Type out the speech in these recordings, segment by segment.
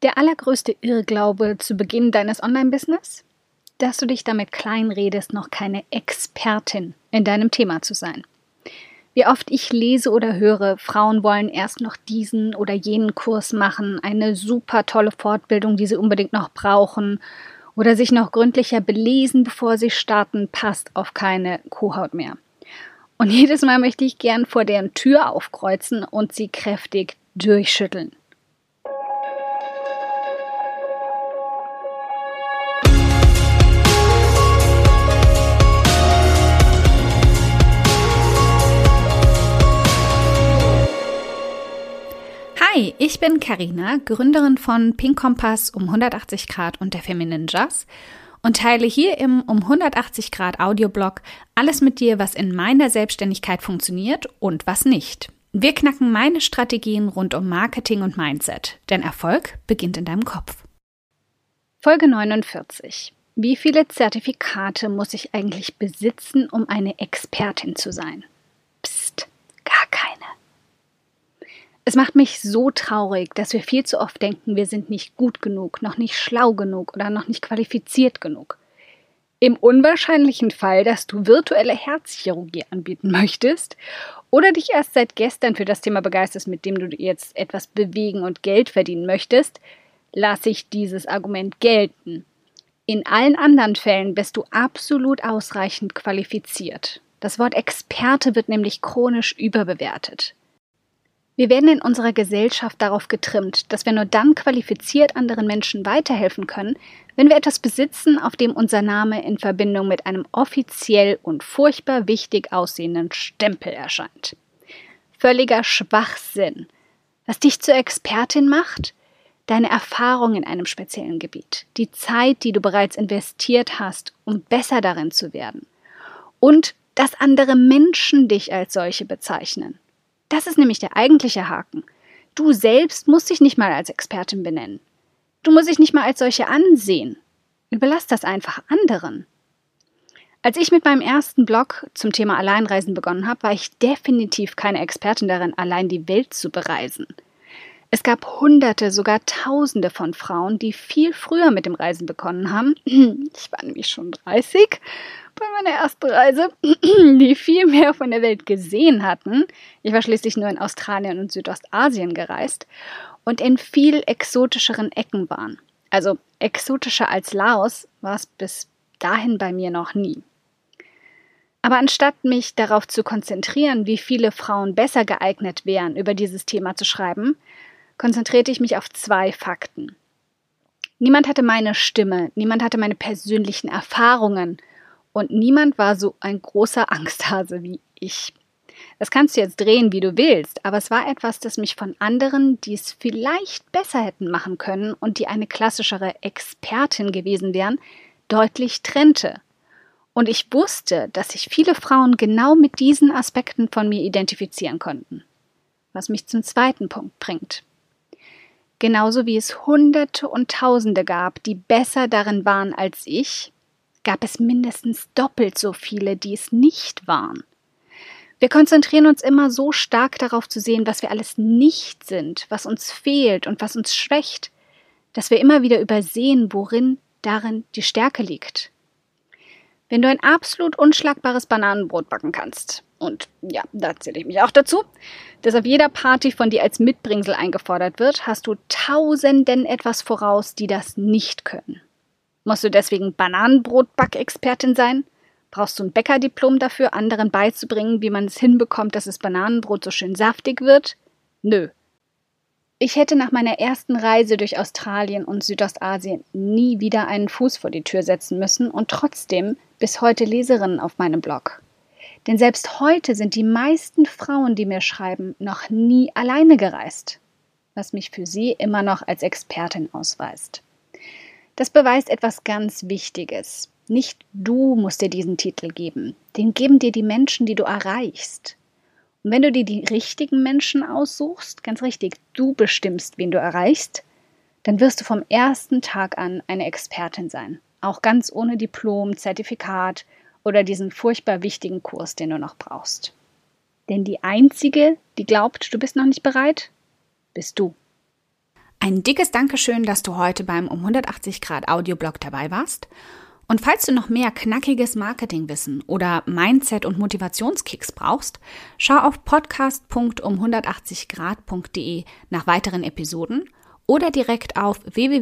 Der allergrößte Irrglaube zu Beginn deines Online-Business? Dass du dich damit kleinredest, noch keine Expertin in deinem Thema zu sein. Wie oft ich lese oder höre, Frauen wollen erst noch diesen oder jenen Kurs machen, eine super tolle Fortbildung, die sie unbedingt noch brauchen, oder sich noch gründlicher belesen, bevor sie starten, passt auf keine Kuhhaut mehr. Und jedes Mal möchte ich gern vor deren Tür aufkreuzen und sie kräftig durchschütteln. Hi, ich bin Carina, Gründerin von Pink Kompass um 180 Grad und der Feminine Jazz und teile hier im um 180 Grad Audioblog alles mit dir, was in meiner Selbstständigkeit funktioniert und was nicht. Wir knacken meine Strategien rund um Marketing und Mindset, denn Erfolg beginnt in deinem Kopf. Folge 49. Wie viele Zertifikate muss ich eigentlich besitzen, um eine Expertin zu sein? Psst, gar keine. Es macht mich so traurig, dass wir viel zu oft denken, wir sind nicht gut genug, noch nicht schlau genug oder noch nicht qualifiziert genug. Im unwahrscheinlichen Fall, dass du virtuelle Herzchirurgie anbieten möchtest oder dich erst seit gestern für das Thema begeisterst, mit dem du jetzt etwas bewegen und Geld verdienen möchtest, lasse ich dieses Argument gelten. In allen anderen Fällen bist du absolut ausreichend qualifiziert. Das Wort Experte wird nämlich chronisch überbewertet. Wir werden in unserer Gesellschaft darauf getrimmt, dass wir nur dann qualifiziert anderen Menschen weiterhelfen können, wenn wir etwas besitzen, auf dem unser Name in Verbindung mit einem offiziell und furchtbar wichtig aussehenden Stempel erscheint. Völliger Schwachsinn. Was dich zur Expertin macht? Deine Erfahrung in einem speziellen Gebiet, die Zeit, die du bereits investiert hast, um besser darin zu werden. Und dass andere Menschen dich als solche bezeichnen. Das ist nämlich der eigentliche Haken. Du selbst musst dich nicht mal als Expertin benennen. Du musst dich nicht mal als solche ansehen. Überlass das einfach anderen. Als ich mit meinem ersten Blog zum Thema Alleinreisen begonnen habe, war ich definitiv keine Expertin darin, allein die Welt zu bereisen. Es gab Hunderte, sogar Tausende von Frauen, die viel früher mit dem Reisen begonnen haben. Ich war nämlich schon 30 bei meiner ersten Reise, die viel mehr von der Welt gesehen hatten. Ich war schließlich nur in Australien und Südostasien gereist und in viel exotischeren Ecken waren. Also exotischer als Laos war es bis dahin bei mir noch nie. Aber anstatt mich darauf zu konzentrieren, wie viele Frauen besser geeignet wären, über dieses Thema zu schreiben, konzentrierte ich mich auf 2 Fakten. Niemand hatte meine Stimme, niemand hatte meine persönlichen Erfahrungen und niemand war so ein großer Angsthase wie ich. Das kannst du jetzt drehen, wie du willst, aber es war etwas, das mich von anderen, die es vielleicht besser hätten machen können und die eine klassischere Expertin gewesen wären, deutlich trennte. Und ich wusste, dass sich viele Frauen genau mit diesen Aspekten von mir identifizieren konnten. Was mich zum zweiten Punkt bringt. Genauso wie es Hunderte und Tausende gab, die besser darin waren als ich, gab es mindestens doppelt so viele, die es nicht waren. Wir konzentrieren uns immer so stark darauf zu sehen, was wir alles nicht sind, was uns fehlt und was uns schwächt, dass wir immer wieder übersehen, worin darin die Stärke liegt. Wenn du ein absolut unschlagbares Bananenbrot backen kannst, und ja, da zähle ich mich auch dazu, das auf jeder Party von dir als Mitbringsel eingefordert wird, hast du Tausenden etwas voraus, die das nicht können. Musst du deswegen Bananenbrot-Backexpertin sein? Brauchst du ein Bäckerdiplom dafür, anderen beizubringen, wie man es hinbekommt, dass das Bananenbrot so schön saftig wird? Nö. Ich hätte nach meiner ersten Reise durch Australien und Südostasien nie wieder einen Fuß vor die Tür setzen müssen und trotzdem bis heute Leserinnen auf meinem Blog. Denn selbst heute sind die meisten Frauen, die mir schreiben, noch nie alleine gereist, was mich für sie immer noch als Expertin ausweist. Das beweist etwas ganz Wichtiges. Nicht du musst dir diesen Titel geben, den geben dir die Menschen, die du erreichst. Und wenn du dir die richtigen Menschen aussuchst, ganz richtig, du bestimmst, wen du erreichst, dann wirst du vom ersten Tag an eine Expertin sein. Auch ganz ohne Diplom, Zertifikat oder diesen furchtbar wichtigen Kurs, den du noch brauchst. Denn die Einzige, die glaubt, du bist noch nicht bereit, bist du. Ein dickes Dankeschön, dass du heute beim Um180° Audioblog dabei warst. Und falls du noch mehr knackiges Marketingwissen oder Mindset- und Motivationskicks brauchst, schau auf podcast.um180grad.de nach weiteren Episoden oder direkt auf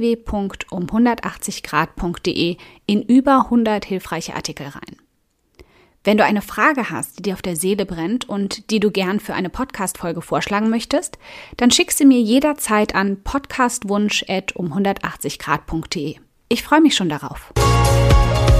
www.um180grad.de in über 100 hilfreiche Artikel rein. Wenn du eine Frage hast, die dir auf der Seele brennt und die du gern für eine Podcast-Folge vorschlagen möchtest, dann schick sie mir jederzeit an podcastwunsch@um180grad.de. Ich freue mich schon darauf.